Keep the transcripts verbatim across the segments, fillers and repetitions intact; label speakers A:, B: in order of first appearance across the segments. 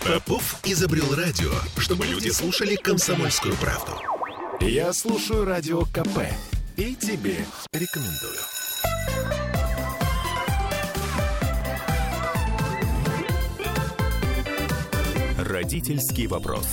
A: Попов изобрел радио, чтобы люди слушали «Комсомольскую правду». Я слушаю Радио КП и тебе рекомендую. Родительский вопрос.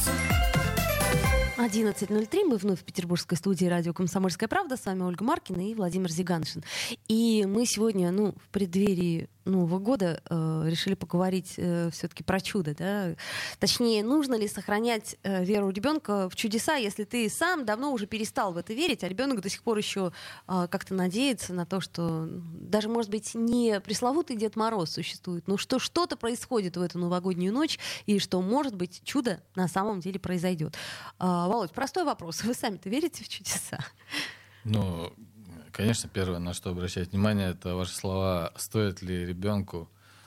B: одиннадцать ноль три. Мы вновь в петербургской студии радио «Комсомольская правда». С вами Ольга Маркина и Владимир Зиганшин. И мы сегодня, ну, в преддверии Нового года э, решили поговорить э, все-таки про чудо, да? Точнее, нужно ли сохранять э, веру ребенка в чудеса, если ты сам давно уже перестал в это верить, а ребенок до сих пор еще э, как-то надеется на то, что даже, может быть, не пресловутый Дед Мороз существует, но что что-то происходит в эту новогоднюю ночь, и что, может быть, чудо на самом деле произойдет. Э, Володь, простой вопрос. Вы сами-то верите в чудеса?
C: Ну, конечно, первое, на что обращать внимание, это ваши слова. Стоит ли ребенку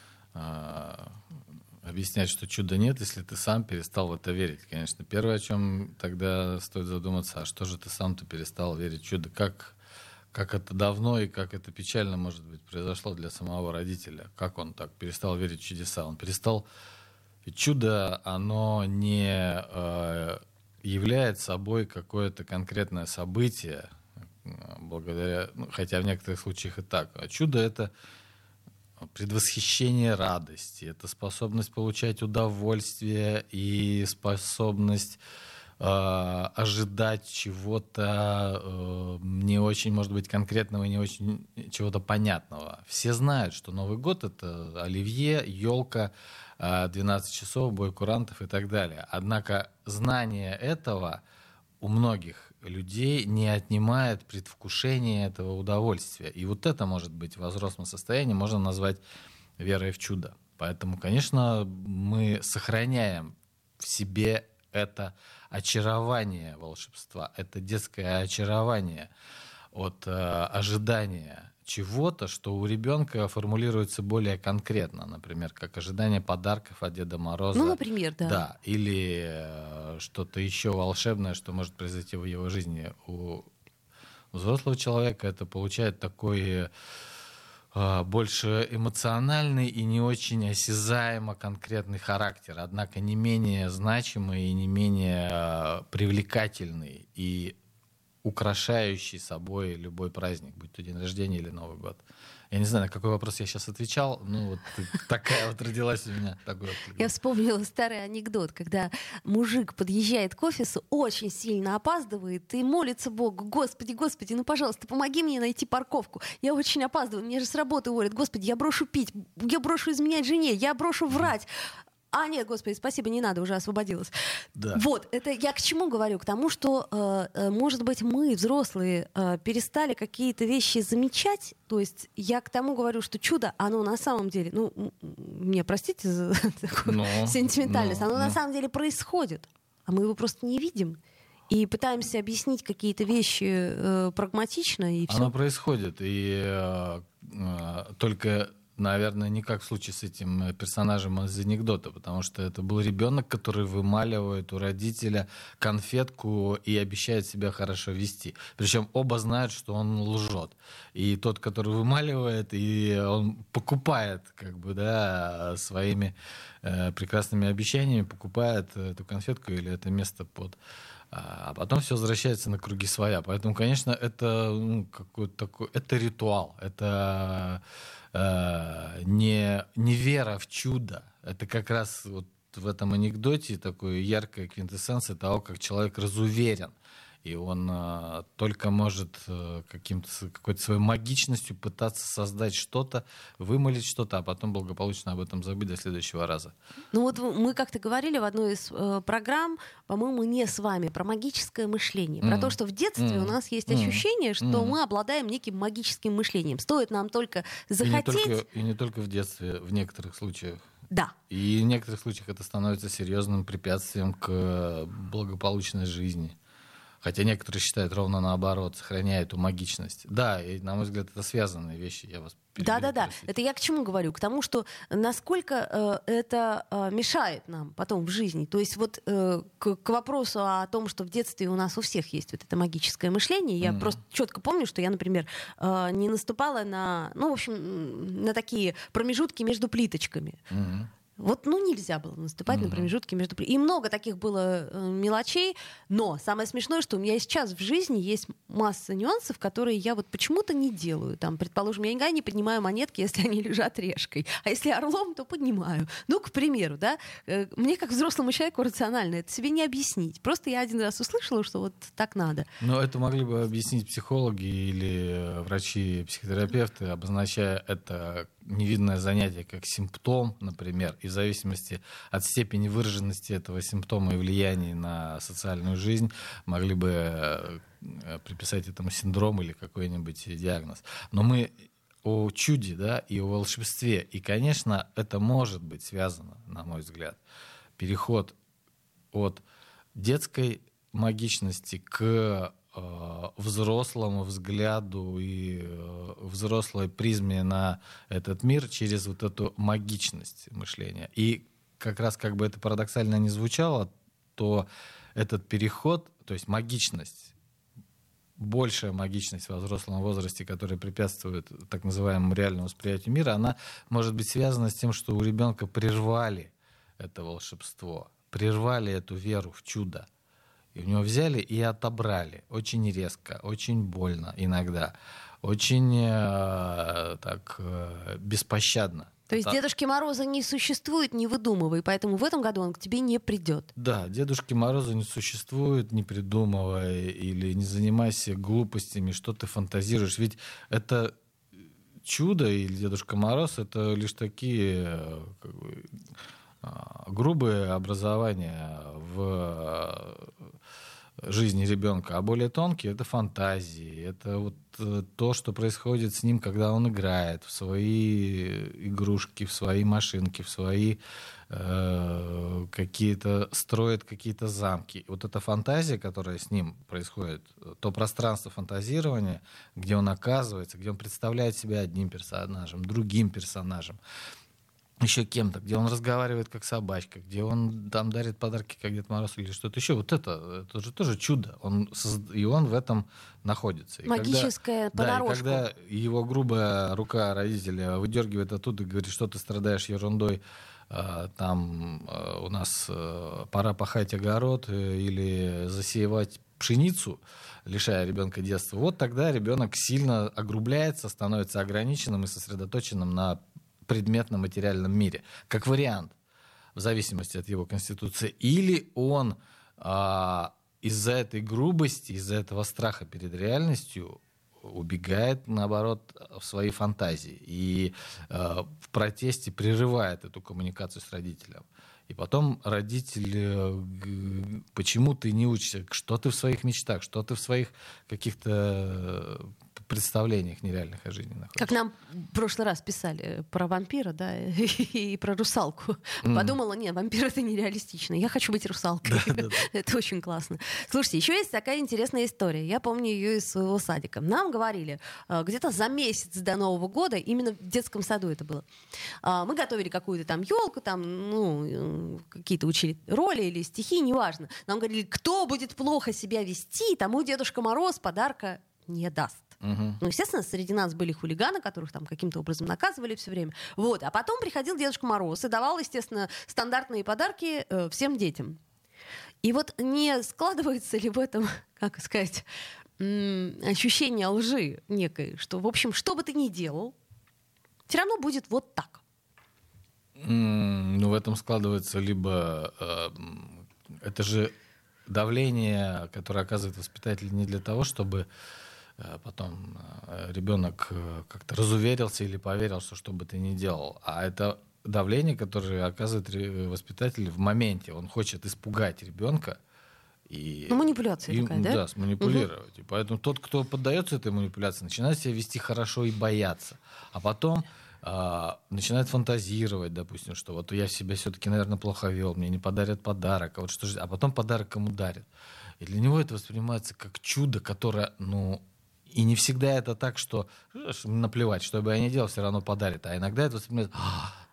C: э, объяснять, что чуда нет, если ты сам перестал в это верить? Конечно, первое, о чем тогда стоит задуматься, а что же ты сам-то перестал верить в чудо? Как, как это давно и как это печально, может быть, произошло для самого родителя? Как он так перестал верить в чудеса? Он перестал... И чудо, оно не э, является собой какое-то конкретное событие, благодаря, ну, хотя в некоторых случаях и так. А чудо — это предвосхищение радости, это способность получать удовольствие и способность э, ожидать чего-то э, не очень, может быть, конкретного, не очень чего-то понятного. Все знают, что Новый год — это оливье, елка, э, двенадцать часов, бой курантов и так далее. Однако знание этого у многих людей не отнимает предвкушение этого удовольствия. И вот это, может быть, в взрослом состоянии можно назвать верой в чудо. Поэтому, конечно, мы сохраняем в себе это очарование волшебства, это детское очарование от э, ожидания чего-то, что у ребенка формулируется более конкретно, например, как ожидание подарков от Деда Мороза.
B: Ну, например, да.
C: Да, или э, что-то еще волшебное, что может произойти в его жизни. У взрослого человека это получает такой э, больше эмоциональный и не очень осязаемо конкретный характер, однако не менее значимый и не менее э, привлекательный и украшающий собой любой праздник, будь то день рождения или Новый год. Я не знаю, на какой вопрос я сейчас отвечал, ну вот такая вот родилась у меня. Такой вот.
B: Я вспомнила старый анекдот, когда мужик подъезжает к офису, очень сильно опаздывает и молится Богу: Господи, Господи, ну, пожалуйста, помоги мне найти парковку. Я очень опаздываю, мне же с работы уволят. Господи, я брошу пить, я брошу изменять жене, я брошу врать. А, нет, Господи, спасибо, не надо, уже освободилась.
C: Да.
B: Вот, это я к чему говорю? К тому, что, э, может быть, мы, взрослые, э, перестали какие-то вещи замечать. То есть я к тому говорю, что чудо, оно на самом деле, ну, мне простите за такую
C: но,
B: сентиментальность,
C: но,
B: оно
C: но.
B: на самом деле происходит, а мы его просто не видим. И пытаемся объяснить какие-то вещи э, прагматично, и все.
C: Оно происходит, и э, э, только... Наверное, не как в случае с этим персонажем из анекдота, потому что это был ребенок, который вымаливает у родителя конфетку и обещает себя хорошо вести. Причем оба знают, что он лжет. И тот, который вымаливает, и он покупает, как бы, да, своими э, прекрасными обещаниями, покупает эту конфетку или это место под... А потом все возвращается на круги своя. Поэтому, конечно, это, ну, какой-то такой, это ритуал, это э, не, не вера в чудо. Это как раз вот в этом анекдоте такой яркая квинтэссенция того, как человек разуверен. И он э, только может э, каким-то, какой-то своей магичностью пытаться создать что-то, вымолить что-то, а потом благополучно об этом забыть до следующего раза.
B: Ну вот мы как-то говорили в одной из э, программ, по-моему, не с вами, про магическое мышление. Mm. Про то, что в детстве mm. у нас есть mm. ощущение, что mm. мы обладаем неким магическим мышлением. Стоит нам только захотеть...
C: И не только, и не только в детстве, в некоторых случаях.
B: Да.
C: И в некоторых случаях это становится серьезным препятствием к благополучной жизни. Хотя некоторые считают ровно наоборот, сохраняя эту магичность. Да, и, на мой взгляд, это связанные вещи. Я вас
B: Да, да, да. Это я к чему говорю? К тому, что насколько э, это э, мешает нам потом в жизни. То есть вот э, к, к вопросу о том, что в детстве у нас у всех есть вот это магическое мышление, я mm-hmm. просто четко помню, что я, например, э, не наступала на, ну, в общем, на такие промежутки между плиточками.
C: Mm-hmm.
B: Вот, ну, нельзя было наступать mm-hmm. на промежутки между... И много таких было э, мелочей, но самое смешное, что у меня сейчас в жизни есть масса нюансов, которые я вот почему-то не делаю. Там, предположим, я никогда не поднимаю монетки, если они лежат решкой. А если орлом, то поднимаю. Ну, к примеру, да, э, мне как взрослому человеку рационально это себе не объяснить. Просто я один раз услышала, что вот так надо.
C: Но это могли бы объяснить психологи или врачи-психотерапевты, обозначая это невидное занятие как симптом, например, и в зависимости от степени выраженности этого симптома и влияния на социальную жизнь могли бы приписать этому синдром или какой-нибудь диагноз. Но мы о чуде, да, и о волшебстве. И, конечно, это может быть связано, на мой взгляд. Переход от детской магичности к взрослому взгляду и взрослой призме на этот мир через вот эту магичность мышления. И как раз, как бы это парадоксально ни звучало, то этот переход, то есть магичность, большая магичность во взрослом возрасте, которая препятствует так называемому реальному восприятию мира, она может быть связана с тем, что у ребенка прервали это волшебство, прервали эту веру в чудо. И у него взяли и отобрали. Очень резко, очень больно иногда. Очень э, так э, беспощадно.
B: То есть
C: Это...
B: Дедушки Мороза не существует, не выдумывай, поэтому в этом году он к тебе не придет.
C: Да, Дедушки Мороза не существует, не придумывай или не занимайся глупостями, что ты фантазируешь. Ведь это чудо или Дедушка Мороз — это лишь такие... Как бы, грубые образования в жизни ребенка, а более тонкие — это фантазии, это вот то, что происходит с ним, когда он играет в свои игрушки, в свои машинки, в свои э, какие-то, строит какие-то замки. Вот эта фантазия, которая с ним происходит, то пространство фантазирования, где он оказывается, где он представляет себя одним персонажем, другим персонажем, еще кем-то, где он разговаривает как собачка, где он там дарит подарки как Дед Мороз или что-то еще. Вот это, это же тоже чудо. Он, и он в этом находится. И
B: магическое
C: когда,
B: понарошку.
C: Да, и когда его грубая рука родителя выдергивает оттуда и говорит, что ты страдаешь ерундой, там у нас пора пахать огород или засеивать пшеницу, лишая ребенка детства, вот тогда ребенок сильно огрубляется, становится ограниченным и сосредоточенным на предметно-материальном мире, как вариант, в зависимости от его конституции. Или он а, из-за этой грубости, из-за этого страха перед реальностью убегает, наоборот, в свои фантазии и а, в протесте прерывает эту коммуникацию с родителем. И потом родитель, почему ты не учишься, что ты в своих мечтах, что ты в своих каких-то представлениях нереальных о жизни находишься.
B: Как нам в прошлый раз писали про вампира, да, и, и про русалку. Mm. Подумала, нет, вампир — это нереалистично. Я хочу быть русалкой. Да, да, да. Это очень классно. Слушайте, еще есть такая интересная история. Я помню ее из своего садика. Нам говорили, где-то за месяц до Нового года, именно в детском саду это было, мы готовили какую-то там елку, там, ну, какие-то учили роли или стихи, неважно. Нам говорили, кто будет плохо себя вести, тому Дедушка Мороз подарка не даст. Uh-huh. Ну, естественно, среди нас были хулиганы, которых там каким-то образом наказывали все время. Вот. А потом приходил Дедушка Мороз и давал, естественно, стандартные подарки э, всем детям. И вот не складывается ли в этом, как сказать, м- ощущение лжи некой, что, в общем, что бы ты ни делал, все равно будет вот так.
C: Mm, ну, в этом складывается либо... Э, это же давление, которое оказывает воспитатель не для того, чтобы потом ребенок как-то разуверился или поверил, что что бы ты ни делал. А это давление, которое оказывает воспитатель в моменте. Он хочет испугать ребенка. И,
B: ну, манипуляция
C: и,
B: такая, да?
C: Да, сманипулировать. Угу. И поэтому тот, кто поддается этой манипуляции, начинает себя вести хорошо и бояться. А потом а, начинает фантазировать, допустим, что вот я себя все-таки, наверное, плохо вел, мне не подарят подарок, а, вот что же, а потом подарок кому дарят. И для него это воспринимается как чудо, которое, ну, и не всегда это так, что наплевать, что бы я ни делал, все равно подарит. А иногда это воспринимается,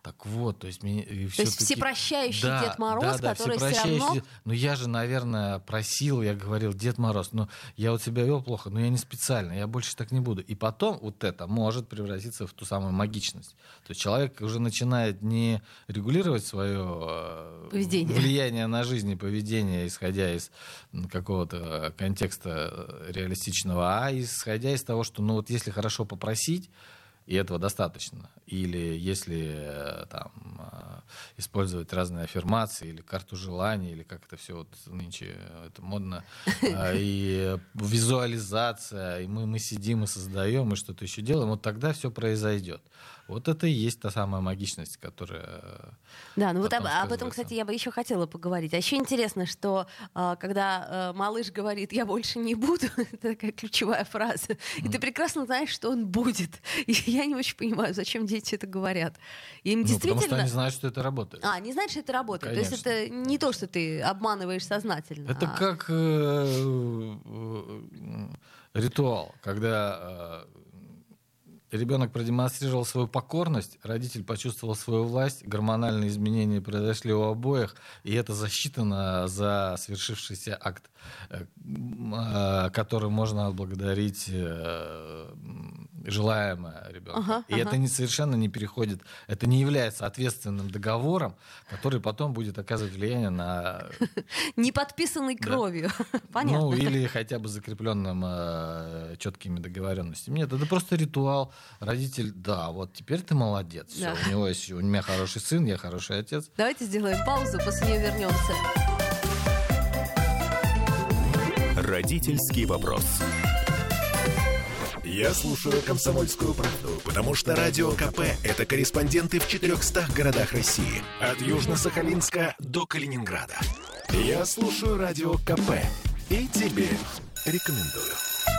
C: Так вот, то есть... Мне,
B: то есть всепрощающий да, Дед Мороз,
C: да, да,
B: который все равно...
C: Ну, я же, наверное, просил, я говорил, Дед Мороз, ну, я вот себя вел плохо, но я не специально, я больше так не буду. И потом вот это может превратиться в ту самую магичность. То есть человек уже начинает не регулировать свое поведение. Влияние на жизнь и поведение, исходя из какого-то контекста реалистичного, а исходя из того, что, ну, вот если хорошо попросить, и этого достаточно. Или если там, использовать разные аффирмации, или карту желаний, или как это все вот нынче это модно, и визуализация, и мы, мы сидим и создаем, и что-то еще делаем, вот тогда все произойдет. Вот это и есть та самая магичность, которая...
B: Да, ну вот об, об этом, кстати, я бы еще хотела поговорить. А еще интересно, что э, когда э, малыш говорит «я больше не буду», это такая ключевая фраза, mm. и ты прекрасно знаешь, что он будет. И я не очень понимаю, зачем дети это говорят. Им
C: ну,
B: действительно...
C: потому что они знают, что это работает.
B: А, не знают, что это работает. Конечно. То есть это не то, что ты обманываешь сознательно.
C: Это
B: а...
C: как э, э, ритуал, когда... Э, ребенок продемонстрировал свою покорность, родитель почувствовал свою власть, гормональные изменения произошли у обоих, и это засчитано за свершившийся акт, который можно отблагодарить желаемое ребенка. Ага, и ага. это не, совершенно не переходит, это не является ответственным договором, который потом будет оказывать влияние на...
B: Не подписанный кровью. Понятно.
C: Ну, или хотя бы закрепленным четкими договоренностями. Нет, это просто ритуал. Родитель, да, вот теперь ты молодец. Да. Все, у него есть, у меня хороший сын, я хороший отец.
B: Давайте сделаем паузу, после нее вернемся.
A: Родительский вопрос. Я слушаю «Комсомольскую правду», потому что Радио КП — это корреспонденты в четырехстах городах России. От Южно-Сахалинска до Калининграда. Я слушаю Радио КП и тебе рекомендую.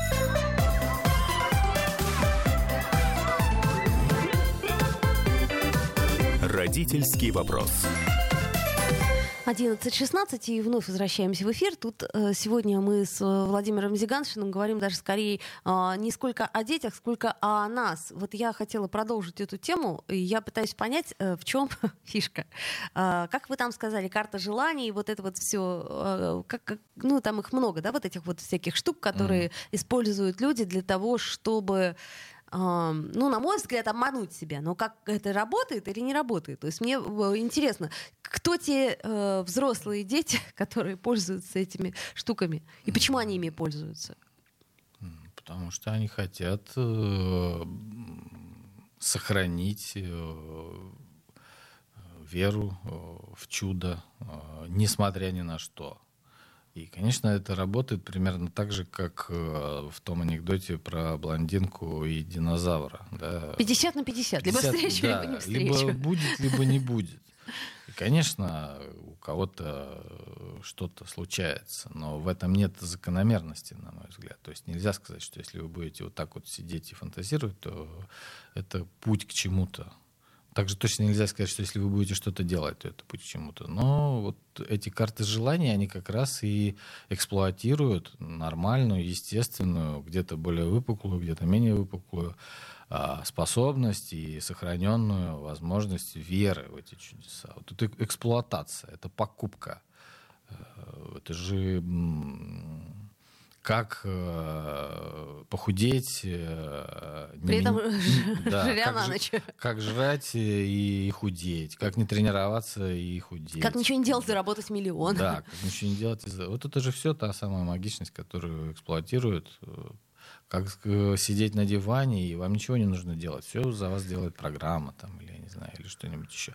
A: Родительский вопрос.
B: одиннадцать шестнадцать, и вновь возвращаемся в эфир. Тут э, сегодня мы с э, Владимиром Зиганшиным говорим даже скорее э, не сколько о детях, сколько о нас. Вот я хотела продолжить эту тему, и я пытаюсь понять, э, в чем фишка. Э, как вы там сказали, карта желаний, вот это вот все, э, как, как, ну там их много, да, вот этих вот всяких штук, которые mm. используют люди для того, чтобы... ну, на мой взгляд, обмануть себя. Но как это работает или не работает? То есть мне интересно, кто те э, взрослые дети, которые пользуются этими штуками? И почему они ими пользуются?
C: Потому что они хотят э, сохранить э, веру э, в чудо, э, несмотря ни на что. И, конечно, это работает примерно так же, как э, в том анекдоте про блондинку и динозавра. Да.
B: пятьдесят на пятьдесят. Либо встречу, да, либо не встречу.
C: Либо будет, либо не будет. И, конечно, у кого-то что-то случается, но в этом нет закономерности, на мой взгляд. То есть нельзя сказать, что если вы будете вот так вот сидеть и фантазировать, то это путь к чему-то. Также точно нельзя сказать, что если вы будете что-то делать, то это путь к чему-то. Но вот эти карты желаний, они как раз и эксплуатируют нормальную, естественную, где-то более выпуклую, где-то менее выпуклую способность и сохраненную возможность веры в эти чудеса. Вот это эксплуатация, это покупка. Это же... как э, похудеть, э,
B: при этом
C: не, да,
B: жря
C: как,
B: на ночь.
C: Как жрать и худеть, как не тренироваться и худеть.
B: Как ничего не делать, заработать миллион.
C: Да, как ничего не делать. Вот это же все та самая магичность, которую эксплуатируют. Как сидеть на диване, и вам ничего не нужно делать. Все за вас делает программа, там, или я не знаю, или что-нибудь еще.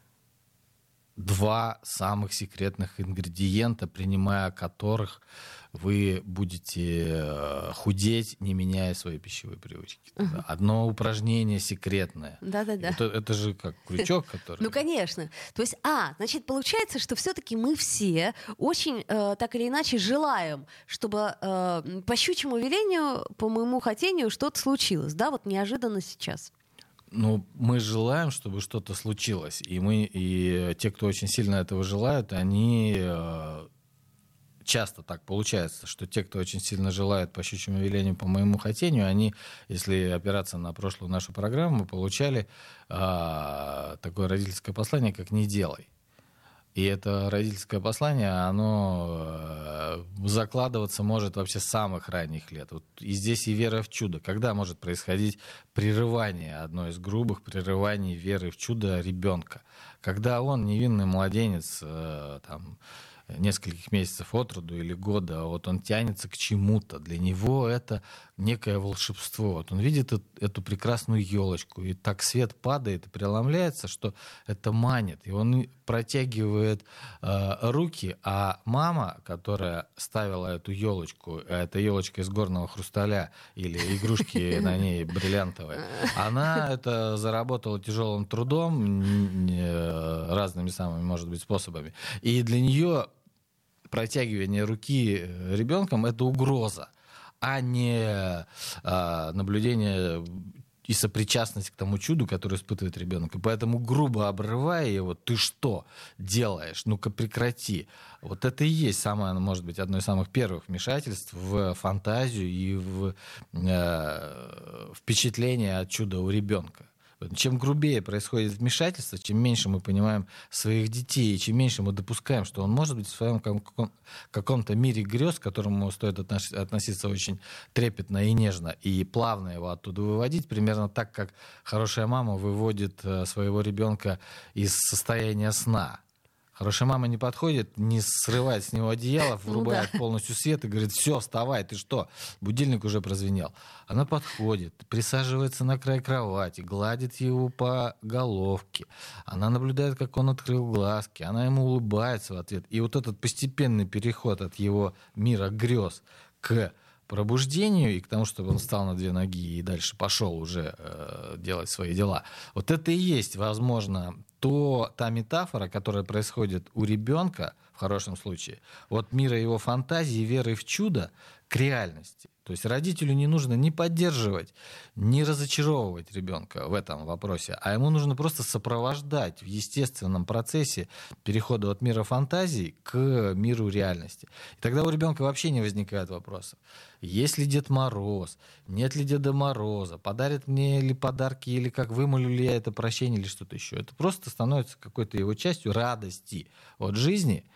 C: Два самых секретных ингредиента, принимая которых вы будете худеть, не меняя свои пищевые привычки. Uh-huh. Одно упражнение секретное.
B: Да-да-да.
C: Это, это же как крючок, который...
B: Ну, конечно. То есть, а, значит, получается, что все-таки мы все очень, э, так или иначе, желаем, чтобы э, по щучьему велению, по моему хотению, что-то случилось. Да, вот неожиданно сейчас.
C: Ну, мы желаем, чтобы что-то случилось. И мы, и те, кто очень сильно этого желают, они э, часто так получается, что те, кто очень сильно желает по щучьему велению, по моему хотению, они, если опираться на прошлую нашу программу, получали а, такое родительское послание, как «не делай». И это родительское послание, оно закладываться может вообще с самых ранних лет. Вот и здесь и вера в чудо. Когда может происходить прерывание, одно из грубых прерываний веры в чудо ребенка? Когда он, невинный младенец, там, нескольких месяцев от роду или года, вот он тянется к чему-то. Для него это некое волшебство. Вот он видит эту, эту прекрасную елочку, и так свет падает и преломляется, что это манит. И он протягивает э, руки, а мама, которая ставила эту елочку, а эта елочка из горного хрусталя или игрушки на ней бриллиантовые, она это заработала тяжелым трудом, разными самыми, может быть, способами. И для нее протягивание руки ребенком — это угроза, а не а, наблюдение и сопричастность к тому чуду, которое испытывает ребенок. И поэтому, грубо обрывая его, ты что делаешь? Ну-ка прекрати. Вот это и есть самое, может быть, одно из самых первых вмешательств в фантазию и в э, впечатление от чуда у ребенка. Чем грубее происходит вмешательство, чем меньше мы понимаем своих детей, чем меньше мы допускаем, что он может быть в своем каком-то мире грез, к которому стоит относиться очень трепетно и нежно, и плавно его оттуда выводить, примерно так, как хорошая мама выводит своего ребенка из состояния сна. Хорошая мама не подходит, не срывает с него одеяло, врубает ну, да. полностью свет и говорит: все, вставай, ты что? Будильник уже прозвенел. Она подходит, присаживается на край кровати, гладит его по головке. Она наблюдает, как он открыл глазки, она ему улыбается в ответ. И вот этот постепенный переход от его мира грез к пробуждению и к тому, чтобы он встал на две ноги и дальше пошел уже э, делать свои дела. Вот это и есть, возможно, то, та метафора, которая происходит у ребенка, в хорошем случае, от мира его фантазии, веры в чудо к реальности. То есть родителю не нужно ни поддерживать, ни разочаровывать ребенка в этом вопросе, а ему нужно просто сопровождать в естественном процессе перехода от мира фантазий к миру реальности. И тогда у ребенка вообще не возникает вопросов. Есть ли Дед Мороз, нет ли Деда Мороза, подарит мне ли подарки, или как, вымолю ли я это прощение, или что-то еще. Это просто становится какой-то его частью радости от жизни,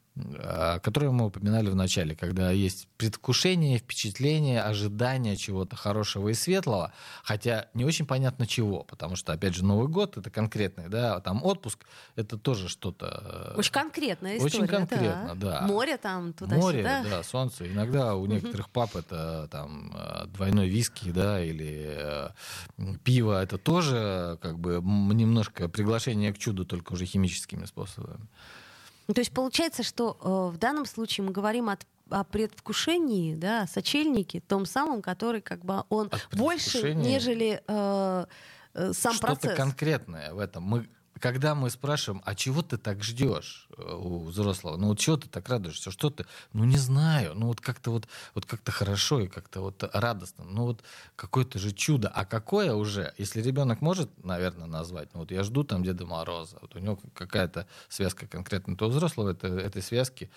C: которые мы упоминали в начале, когда есть предвкушение, впечатление, ожидание чего-то хорошего и светлого, хотя не очень понятно чего, потому что, опять же, Новый год — это конкретный, да, там отпуск — это тоже что-то...
B: Очень конкретная история.
C: Очень конкретно, да.
B: да. Море там туда-сюда.
C: Море, да, солнце. Иногда у некоторых пап это там двойной виски, да, или пиво. Это тоже как бы немножко приглашение к чуду, только уже химическими способами.
B: То есть получается, что э, в данном случае мы говорим от, о предвкушении, да, о сочельнике, том самом, который как бы он больше, нежели э, э, сам
C: что-то
B: процесс.
C: Что-то конкретное в этом. Мы, когда мы спрашиваем, а чего ты так ждешь у взрослого? Ну вот чего ты так радуешься? Что ты? Ну не знаю. Ну вот как-то вот, вот как-то хорошо и как-то вот радостно. Ну вот какое-то же чудо. А какое уже? Если ребенок может, наверное, назвать, ну вот я жду там Деда Мороза, вот у него какая-то связка конкретная, то у взрослого это, этой связки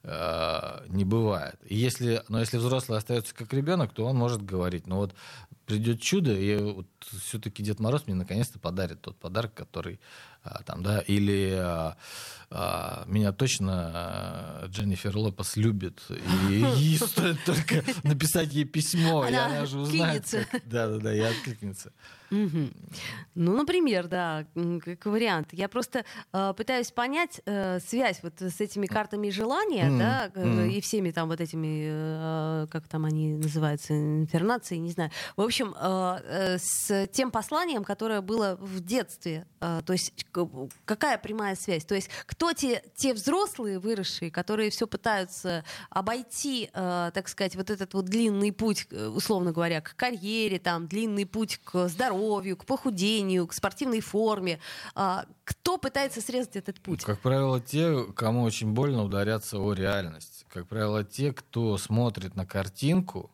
C: э, не бывает. И если, но если взрослый остается как ребенок, то он может говорить, ну вот придет чудо, и вот все-таки Дед Мороз мне наконец-то подарит тот подарок, который а, там, да, или а, а, меня точно а, Дженнифер Лопес любит, и ей стоит только написать ей письмо, и она уже узнает, как, да, да, да, и откликнется.
B: Угу. Ну, например, да, как вариант. Я просто э, пытаюсь понять э, связь вот с этими картами желания, mm. да, mm. и всеми там вот этими, э, как там они называются, инфернации, не знаю. В общем, э, э, с тем посланием, которое было в детстве. Э, то есть какая прямая связь? То есть кто те, те взрослые, выросшие, которые все пытаются обойти, э, так сказать, вот этот вот длинный путь, условно говоря, к карьере, там, длинный путь к здоровью, к похудению, к спортивной форме. Кто пытается срезать этот путь?
C: Как правило, те, кому очень больно ударяться о реальность. Как правило, те, кто смотрит на картинку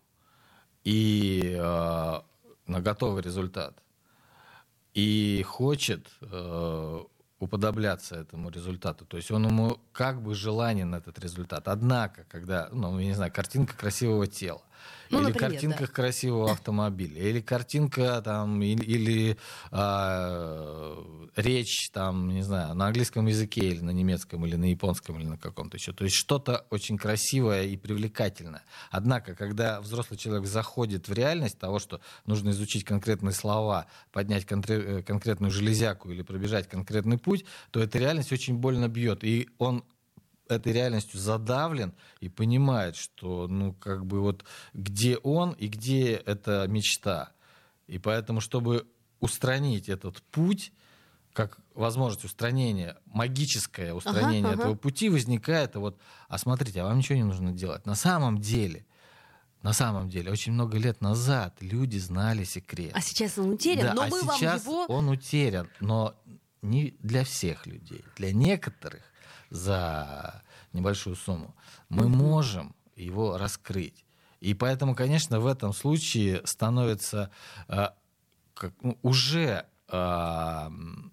C: и э, на готовый результат и хочет э, уподобляться этому результату. То есть он ему как бы желанен этот результат. Однако, когда, ну, я не знаю, картинка красивого тела, ну, или например, картинка да. красивого автомобиля, или картинка там, или, или э, речь там, не знаю, на английском языке, или на немецком, или на японском, или на каком-то еще. То есть что-то очень красивое и привлекательное. Однако, когда взрослый человек заходит в реальность того, что нужно изучить конкретные слова, поднять конкре- конкретную железяку или пробежать конкретный путь, то эта реальность очень больно бьет. И он этой реальностью задавлен и понимает, что, ну, как бы вот где он и где эта мечта. И поэтому, чтобы устранить этот путь, как возможность устранения, магическое устранение ага, этого ага. пути возникает, и вот, а смотрите, а вам ничего не нужно делать. На самом деле, на самом деле, очень много лет назад люди знали секрет.
B: А сейчас он утерян,
C: да,
B: но
C: а
B: мы
C: сейчас
B: вам его...
C: он утерян, но не для всех людей, для некоторых за небольшую сумму мы mm-hmm. можем его раскрыть. И поэтому, конечно, в этом случае становится э, как, ну, уже э,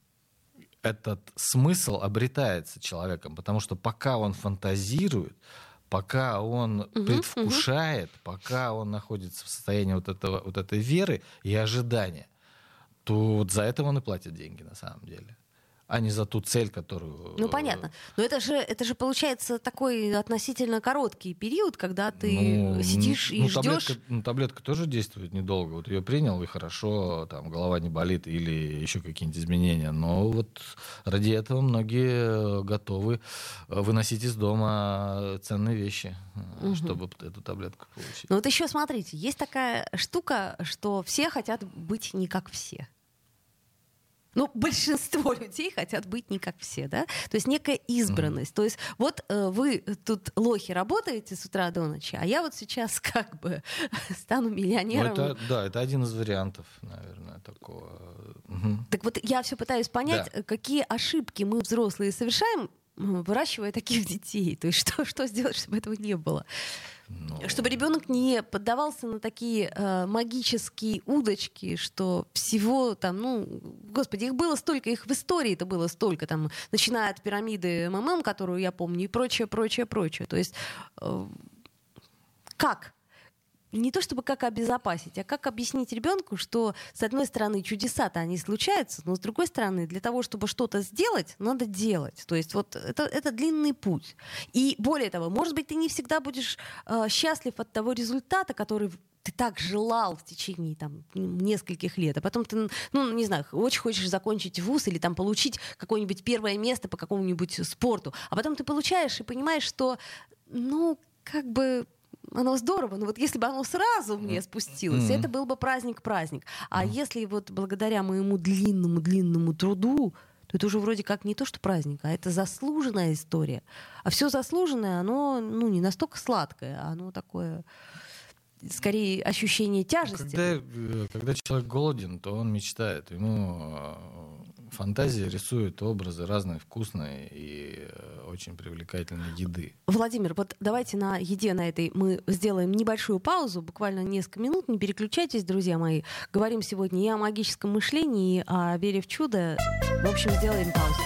C: этот смысл обретается человеком, потому что пока он фантазирует, пока он mm-hmm. предвкушает, mm-hmm. пока он находится в состоянии вот, этого, вот этой веры и ожидания, то вот за это он и платит деньги на самом деле, а не за ту цель, которую...
B: Ну, понятно. Но это же, это же получается такой относительно короткий период, когда ты ну, сидишь и
C: ну,
B: ждешь...
C: Таблетка, ну, таблетка тоже действует недолго. Вот ее принял, и хорошо, там, голова не болит или еще какие-нибудь изменения. Но вот ради этого многие готовы выносить из дома ценные вещи, угу. чтобы эту таблетку получить.
B: Ну, вот еще смотрите, есть такая штука, что все хотят быть не как все. Ну, большинство людей хотят быть не как все, да? То есть некая избранность. Mm-hmm. То есть вот э, вы тут, лохи, работаете с утра до ночи, а я вот сейчас как бы стану миллионером.
C: Ну, это, да, это один из вариантов, наверное, такого. Mm-hmm.
B: Так вот я все пытаюсь понять, да. какие ошибки мы, взрослые, совершаем, выращивая таких детей. То есть что, что сделать, чтобы этого не было? Но... Чтобы ребенок не поддавался на такие э, магические удочки, что всего там, ну, господи, их было столько, их в истории-то было столько, там, начиная от пирамиды эм эм эм, которую я помню, и прочее, прочее, прочее. То есть э, как? Не то чтобы как обезопасить, а как объяснить ребенку, что, с одной стороны, чудеса-то они случаются, но с другой стороны, для того, чтобы что-то сделать, надо делать. То есть вот это, это длинный путь. И более того, может быть, ты не всегда будешь э, счастлив от того результата, который ты так желал в течение там, нескольких лет, а потом ты, ну, не знаю, очень хочешь закончить вуз или там получить какое-нибудь первое место по какому-нибудь спорту, а потом ты получаешь и понимаешь, что, ну, как бы... Оно здорово, но вот если бы оно сразу мне спустилось, mm-hmm. это был бы праздник-праздник. А mm-hmm. если вот благодаря моему длинному-длинному труду, то это уже вроде как не то, что праздник, а это заслуженная история. А все заслуженное, оно ну, не настолько сладкое, оно такое... скорее ощущение тяжести.
C: Когда, когда человек голоден, то он мечтает. Ему фантазия рисует образы разные, вкусные и очень привлекательной еды.
B: Владимир, вот давайте на еде на этой мы сделаем небольшую паузу, буквально несколько минут. Не переключайтесь, друзья мои. Говорим сегодня и о магическом мышлении, и о вере в чудо. В общем, сделаем паузу.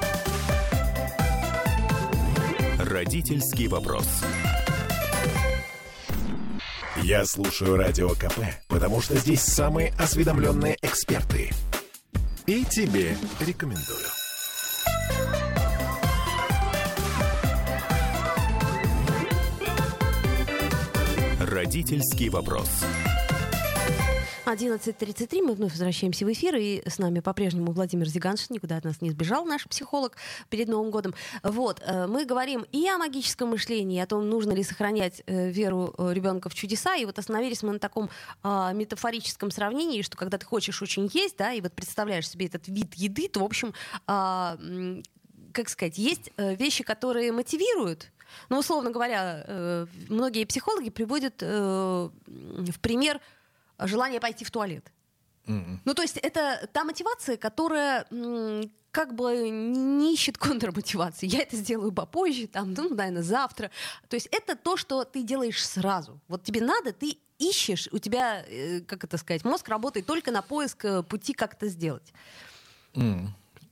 A: Родительский вопрос. Я слушаю Радио КП, потому что здесь самые осведомленные эксперты. И тебе рекомендую. Родительский вопрос.
B: одиннадцать тридцать три, мы вновь возвращаемся в эфир, и с нами по-прежнему Владимир Зиганшин, никуда от нас не сбежал, наш психолог перед Новым годом. Вот, мы говорим и о магическом мышлении, и о том, нужно ли сохранять веру ребенка в чудеса, и вот остановились мы на таком а, метафорическом сравнении, что когда ты хочешь очень есть, да, и вот представляешь себе этот вид еды, то, в общем, а, как сказать, есть вещи, которые мотивируют. Ну, условно говоря, многие психологи приводят в пример желание пойти в туалет. Mm-hmm. Ну, то есть это та мотивация, которая м, как бы не ищет контрмотивации. Я это сделаю попозже, там, ну, наверное, завтра. То есть это то, что ты делаешь сразу. Вот тебе надо, ты ищешь, у тебя, э, как это сказать, мозг работает только на поиск пути, как это сделать.
C: Mm.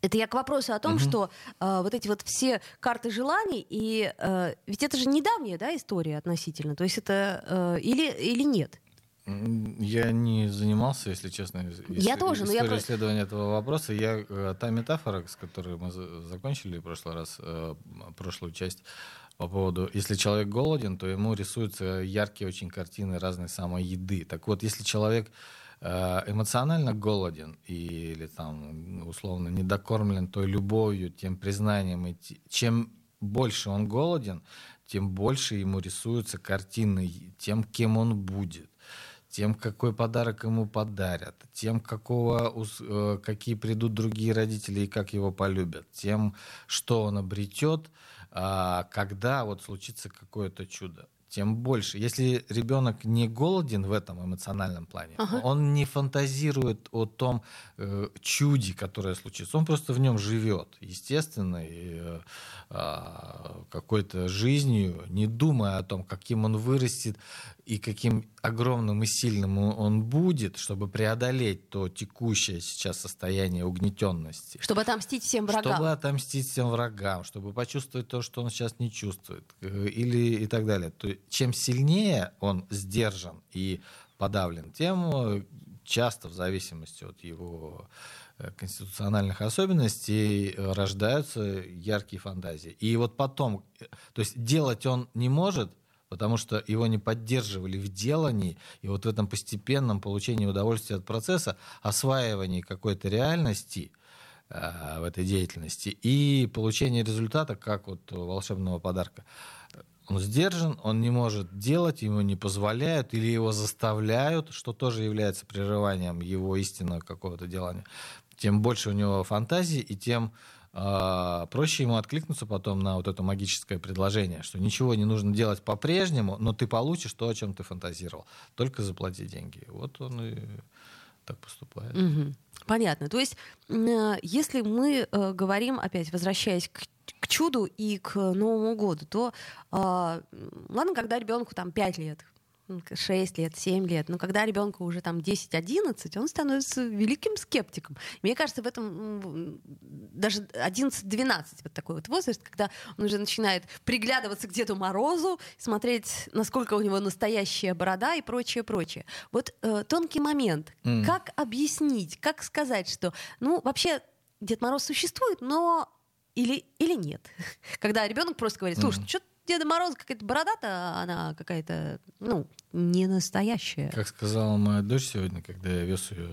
B: Это я к вопросу о том,
C: Мгм.
B: что э, вот эти вот все карты желаний, и э, ведь это же недавняя, да, история относительно, то есть это э, или, или нет?
C: М, Я не занимался, если честно, ис-
B: Я
C: ис-
B: тоже, но я
C: историей
B: про-
C: исследования этого вопроса. Я, э, та метафора, с которой мы за- закончили в прошлый раз, э, прошлую часть, по поводу, если человек голоден, то ему рисуются яркие очень картины разной самой еды. Так вот, если человек э, эмоционально голоден или там условно недокормлен той любовью, тем признанием, и те- чем больше он голоден, тем больше ему рисуются картины тем, кем он будет, тем, какой подарок ему подарят, тем, какого, ус- э, какие придут другие родители и как его полюбят, тем, что он обретет, а, когда вот случится какое-то чудо. Тем больше. Если ребенок не голоден в этом эмоциональном плане,
B: Ага.
C: он не фантазирует о том э, чуде, которое случится. Он просто в нем живет, естественной э, а, какой-то жизнью, не думая о том, каким он вырастет и каким огромным и сильным он будет, чтобы преодолеть то текущее сейчас состояние угнетенности.
B: Чтобы отомстить всем врагам.
C: Чтобы отомстить всем врагам, чтобы почувствовать то, что он сейчас не чувствует, э, или и так далее. То есть, чем сильнее он сдержан и подавлен, тем э, часто, в зависимости от его э, конституциональных особенностей, э, рождаются яркие фантазии. И вот потом, э, то есть делать он не может, потому что его не поддерживали в делании, и вот в этом постепенном получении удовольствия от процесса, осваивании какой-то реальности э, в этой деятельности и получение результата, как вот волшебного подарка. Он сдержан, он не может делать, ему не позволяют или его заставляют, что тоже является прерыванием его истинного какого-то делания. Тем больше у него фантазии, и тем э, проще ему откликнуться потом на вот это магическое предложение, что ничего не нужно делать по-прежнему, но ты получишь то, о чем ты фантазировал. Только заплати деньги. Вот он и так поступает.
B: Мгм. Понятно. То есть, э, если мы э, говорим, опять возвращаясь к, к чуду и к Новому году, то э, ладно, когда ребенку там пять лет, шесть лет, семь лет, но когда ребенку уже там десять-одиннадцать, он становится великим скептиком. Мне кажется, в этом м, даже одиннадцать-двенадцать вот такой вот возраст, когда он уже начинает приглядываться к Деду Морозу, смотреть, насколько у него настоящая борода и прочее, прочее. Вот э, тонкий момент.
C: М.
B: Как объяснить, как сказать, что, ну, вообще Дед Мороз существует, но или, или нет? Когда ребенок просто говорит, слушай,
C: Мгм.
B: что Деда Мороза какая-то бородата, она какая-то, ну, не настоящая.
C: Как сказала моя дочь сегодня, когда я вез ее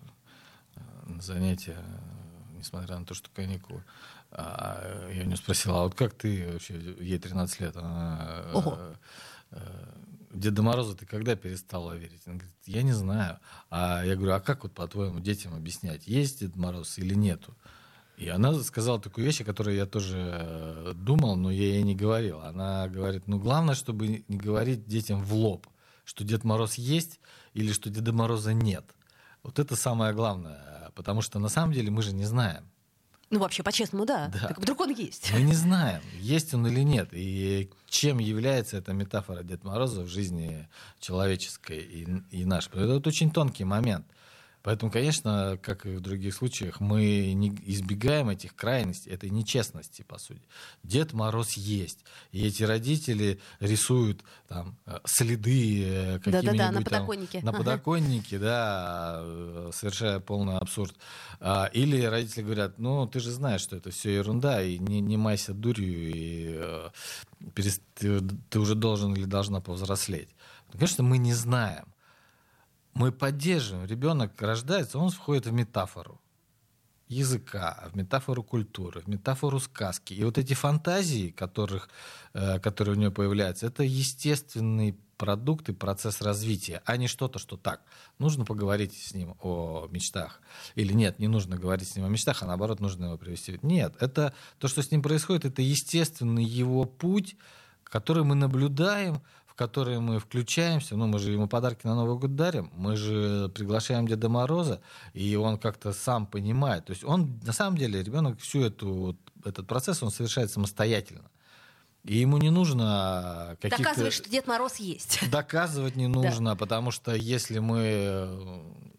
C: на занятия, несмотря на то, что каникулы, а я у нее спросил, а вот как ты вообще, ей тринадцать лет, она,
B: Ого.
C: э, Деда Мороза ты когда перестала верить? Она говорит, я не знаю. А я говорю, а как вот по-твоему детям объяснять, есть Дед Мороз или нету? И она сказала такую вещь, о которой я тоже э, думал, но я ей не говорил. Она говорит, ну главное, чтобы не говорить детям в лоб, что Дед Мороз есть или что Деда Мороза нет. Вот это самое главное, потому что на самом деле мы же не знаем.
B: Ну, вообще, по-честному, да.
C: Да.
B: Так вдруг он есть.
C: Мы не знаем, есть он или нет. И чем является эта метафора Деда Мороза в жизни человеческой и, и нашей. Это вот очень тонкий момент. Поэтому, конечно, как и в других случаях, мы не избегаем этих крайностей, этой нечестности, по сути. Дед Мороз есть. И эти родители рисуют там следы э, какими-нибудь
B: Да-да-да, на
C: там,
B: подоконнике.
C: на
B: Ага.
C: подоконнике, да, э, совершая полный абсурд. А, Или родители говорят, ну, ты же знаешь, что это все ерунда, и не, не майся дурью, и э, перест- ты, ты уже должен или должна повзрослеть. Ну, конечно, мы не знаем. Мы поддерживаем. Ребенок рождается, он входит в метафору языка, в метафору культуры, в метафору сказки. И вот эти фантазии, которых, э, которые у него появляются, это естественный продукт и процесс развития, а не что-то, что так. Нужно поговорить с ним о мечтах. Или нет, не нужно говорить с ним о мечтах, а наоборот, нужно его привести. Нет, это то, что с ним происходит, это естественный его путь, который мы наблюдаем, в которые мы включаемся, ну, мы же ему подарки на Новый год дарим, мы же приглашаем Деда Мороза, и он как-то сам понимает. То есть он, на самом деле, ребенок всю эту, вот, этот процесс, он совершает самостоятельно. И ему не нужно каких-то...
B: Доказывает, что Дед Мороз есть.
C: Доказывать не нужно, потому что если мы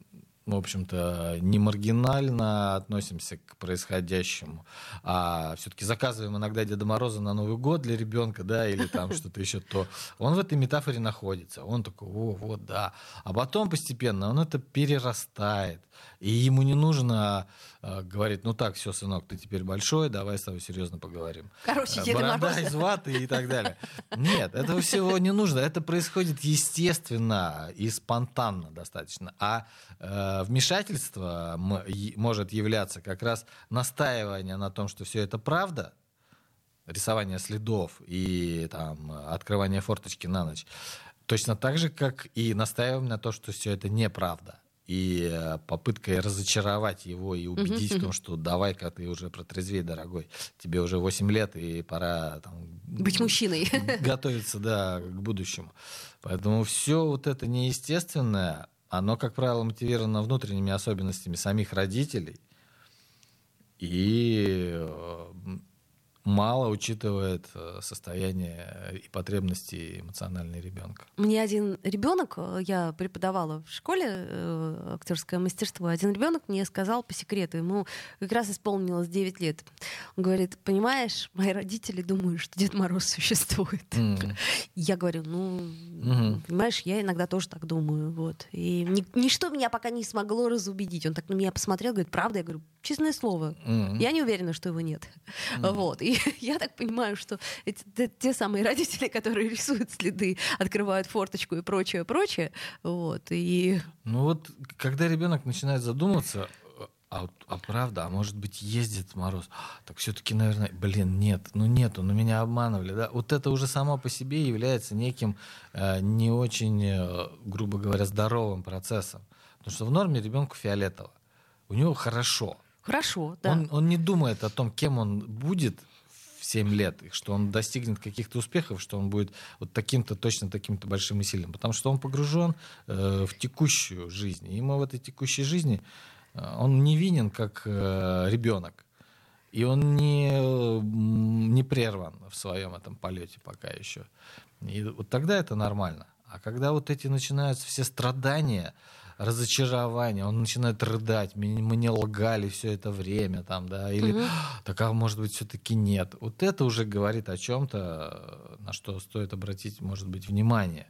C: в общем-то, не маргинально относимся к происходящему, а все-таки заказываем иногда Деда Мороза на Новый год для ребенка, да, или там что-то еще, то он в этой метафоре находится. Он такой, о, вот, да. А потом постепенно он это перерастает. И ему не нужно э, говорить, ну так, все, сынок, ты теперь большой, давай с тобой серьезно поговорим.
B: Короче, Деда
C: Борода
B: Мороза.
C: из ваты и так далее. Нет, этого всего не нужно. Это происходит естественно и спонтанно достаточно. А э, вмешательство м- и- может являться как раз настаивание на том, что все это правда, рисование следов и там, открывание форточки на ночь, точно так же, как и настаиваем на том, что все это неправда. И э, попыткой разочаровать его и убедить
B: Мгм,
C: в том, что давай-ка ты уже протрезвей, дорогой, тебе уже восемь лет, и пора там,
B: Быть мужчиной.
C: готовиться, да, к будущему. Поэтому все вот это неестественное, оно, как правило, мотивировано внутренними особенностями самих родителей и э, мало учитывает э, состояние и потребности эмоциональной ребенка.
B: Мне один ребенок, я преподавала в школе э, актерское мастерство, один ребенок мне сказал по секрету, ему как раз исполнилось девять лет. Он говорит, понимаешь, мои родители думают, что Дед Мороз существует.
C: М.
B: Я говорю, ну,
C: Мгм.
B: понимаешь, я иногда тоже так думаю. Вот. И ни- ничто меня пока не смогло разубедить. Он так на меня посмотрел, говорит, правда? Я говорю, честное слово,
C: М.
B: я не уверена, что его нет. Вот. И я так понимаю, что эти, т- те самые родители, которые рисуют следы, открывают форточку и прочее, прочее. Вот. И
C: Ну вот, когда ребенок начинает задумываться, а, вот- а правда, а может быть ездит Мороз, так все-таки, наверное, блин, нет, ну нету, ну меня обманывали, да. Вот это уже само по себе является неким э, не очень, э, грубо говоря, здоровым процессом, потому что в норме ребенку фиолетово, у него хорошо,
B: хорошо, да.
C: он, он не думает о том, кем он будет в семь лет, и что он достигнет каких-то успехов, что он будет вот таким-то, точно таким-то большим и сильным. Потому что он погружен э, в текущую жизнь. И ему в этой текущей жизни э, он невинен, как э, ребенок. И он не, м, не прерван в своем этом полете пока еще. И вот тогда это нормально. А когда вот эти начинаются все страдания, разочарование, он начинает рыдать, мне, мне лгали все это время, там, да, или
B: Мгм.
C: так, а может быть, все-таки нет. Вот это уже говорит о чем-то, на что стоит обратить, может быть, внимание,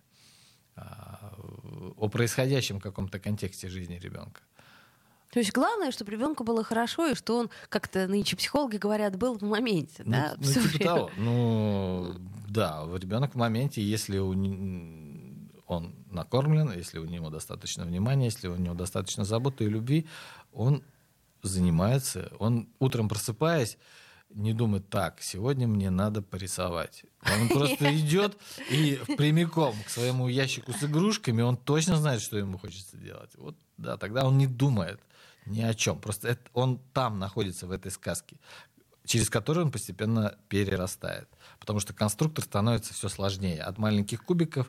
C: а, о происходящем каком-то контексте жизни ребенка.
B: То есть главное, чтобы ребенку было хорошо, и что он, как-то нынче психологи говорят, был в моменте.
C: Ну,
B: Да,
C: ну,
B: всё
C: типа
B: время.
C: того. Ну, да, ребенок в моменте, если у не- он накормлен, если у него достаточно внимания, если у него достаточно заботы и любви, он занимается, он утром просыпаясь, не думает, так, сегодня мне надо порисовать. Он просто идет и прямиком к своему ящику с игрушками, он точно знает, что ему хочется делать. Вот, да, тогда он не думает ни о чем. Просто это, он там находится, в этой сказке, через которую он постепенно перерастает. Потому что конструктор становится все сложнее. От маленьких кубиков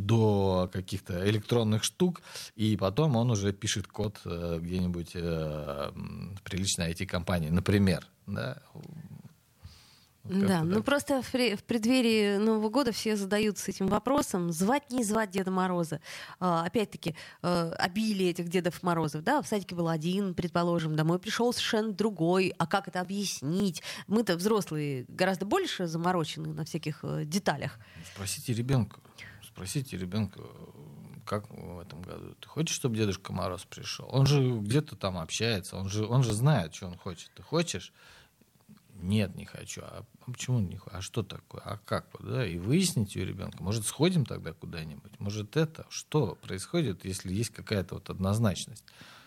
C: до каких-то электронных штук. И потом он уже пишет код э, где-нибудь э, в приличной ай ти-компании, например. Да? Вот
B: Да,
C: как-то
B: ну
C: так.
B: просто в, пре- в преддверии Нового года все задаются этим вопросом, звать не звать Деда Мороза. А, опять-таки, э, обилие этих Дедов Морозов, да, в садике был один, предположим, домой пришел совершенно другой, а как это объяснить? Мы-то взрослые гораздо больше заморочены на всяких э, деталях.
C: Спросите ребенка, спросите ребенка, как в этом году? Ты хочешь, чтобы Дедушка Мороз пришел? Он же где-то там общается, он же, он же знает, что он хочет. Ты хочешь? Нет, не хочу. А почему не хочу? А что такое? А как? Да? И выясните у ребенка. Может, сходим тогда куда-нибудь? Может, это? Что происходит, если есть какая-то вот однозначность?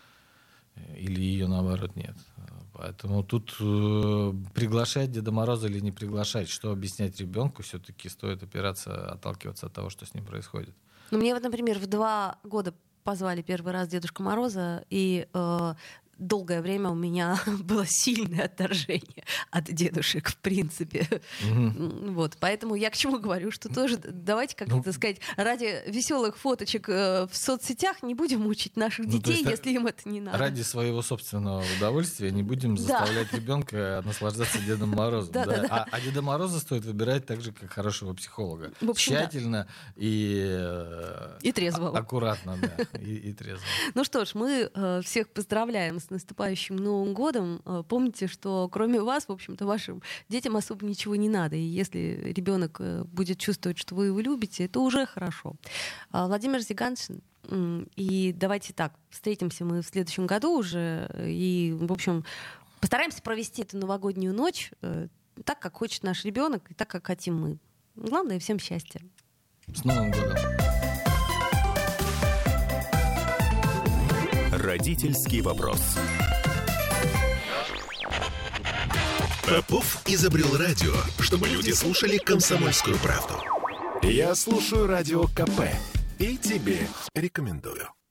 C: Или ее, наоборот, нет? Поэтому тут э, приглашать Деда Мороза или не приглашать, что объяснять ребенку, все-таки стоит опираться, отталкиваться от того, что с ним происходит.
B: Ну, мне вот, например, в два года позвали первый раз Дедушка Мороза, и э, долгое время у меня было сильное отторжение от дедушек, в принципе. Mm-hmm. Вот, поэтому я к чему говорю, что тоже давайте, как ну, это сказать, ради веселых фоточек э, в соцсетях не будем мучить наших
C: ну,
B: детей,
C: есть,
B: если им это не надо.
C: Ради своего собственного удовольствия не будем заставлять да. ребенка наслаждаться Дедом Морозом. Да, да. Да, да. А, а Деда Мороза стоит выбирать так же, как хорошего психолога. В общем, тщательно да. и,
B: и трезво.
C: Аккуратно, да, и, и трезво.
B: Ну что ж, мы э, всех поздравляем с наступающим Новым годом. Э, помните, что кроме вас, в общем-то, вашим детям особо ничего не надо. И если ребенок э, будет чувствовать, что вы его любите, это уже хорошо. Э, Владимир Зиганшин. Э, и давайте так, встретимся мы в следующем году уже. И, в общем, постараемся провести эту новогоднюю ночь э, так, как хочет наш ребенок, и так, как хотим мы. Главное, всем счастья.
C: С Новым годом!
A: Родительский вопрос. Попов изобрел радио, чтобы люди слушали «Комсомольскую правду». Я слушаю радио ка пэ и тебе рекомендую.